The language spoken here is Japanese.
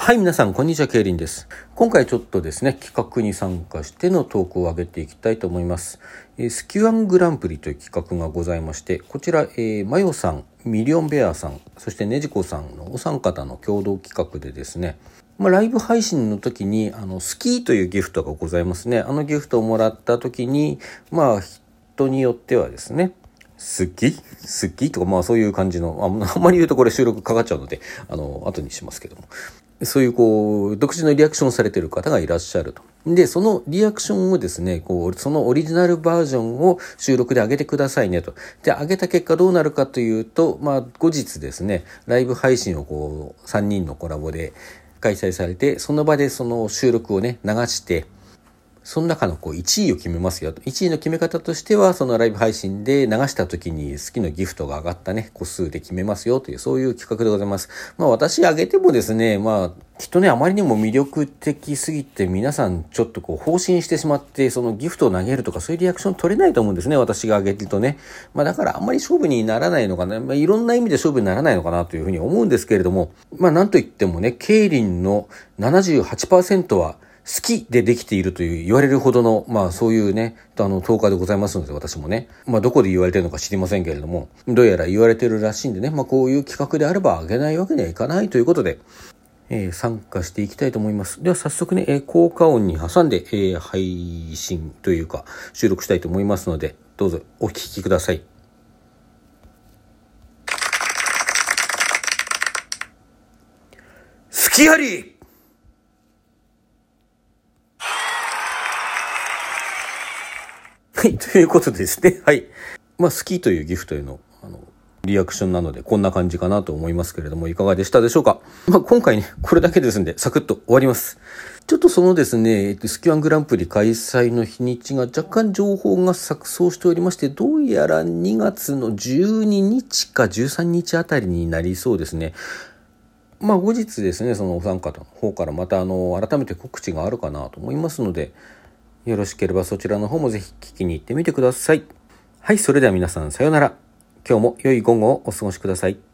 はい、皆さん、こんにちは、ケイリンです。今回ちょっとですね、企画に参加してのトークを上げていきたいと思います。スキュアングランプリという企画がございまして、こちら、マヨさん、ミリオンベアさん、そしてネジコさんのお三方の共同企画でですね、ライブ配信の時に、スキーというギフトがございますね。ギフトをもらった時に、人によってはですね、好きとか、そういう感じの、あんまり言うとこれ収録かかっちゃうので、後にしますけども。そういう独自のリアクションをされている方がいらっしゃると。で、そのリアクションをですね、そのオリジナルバージョンを収録で上げてくださいねと。で、上げた結果どうなるかというと、後日ですね、ライブ配信を3人のコラボで開催されて、その場でその収録をね、流して、その中の1位を決めますよと。1位の決め方としては、そのライブ配信で流した時に好きなギフトが上がったね、個数で決めますよという、そういう企画でございます。私あげてもですね、きっとね、あまりにも魅力的すぎて、皆さんちょっと放心してしまって、そのギフトを投げるとか、そういうリアクション取れないと思うんですね、私があげるとね。だからあんまり勝負にならないのかな。いろんな意味で勝負にならないのかなというふうに思うんですけれども、なんといってもね、ケイリンの 78% は、好きでできているという言われるほどの、そういうね、10日でございますので、私もね、どこで言われてるのか知りませんけれども、どうやら言われてるらしいんでね、こういう企画であればあげないわけにはいかないということで、参加していきたいと思います。では早速ね、効果音に挟んで、配信というか収録したいと思いますので、どうぞお聞きください。好きありはい、ということでですね。はい。好きというギフトへの、リアクションなので、こんな感じかなと思いますけれども、いかがでしたでしょうか。今回ね、これだけですんで、サクッと終わります。ちょっとそのですね、スキュアングランプリ開催の日にちが若干情報が錯綜しておりまして、どうやら2月の12日か13日あたりになりそうですね。後日ですね、そのお三方の方からまた改めて告知があるかなと思いますので、よろしければそちらの方もぜひ聞きに行ってみてください。はい、それでは皆さんさようなら。今日も良い午後をお過ごしください。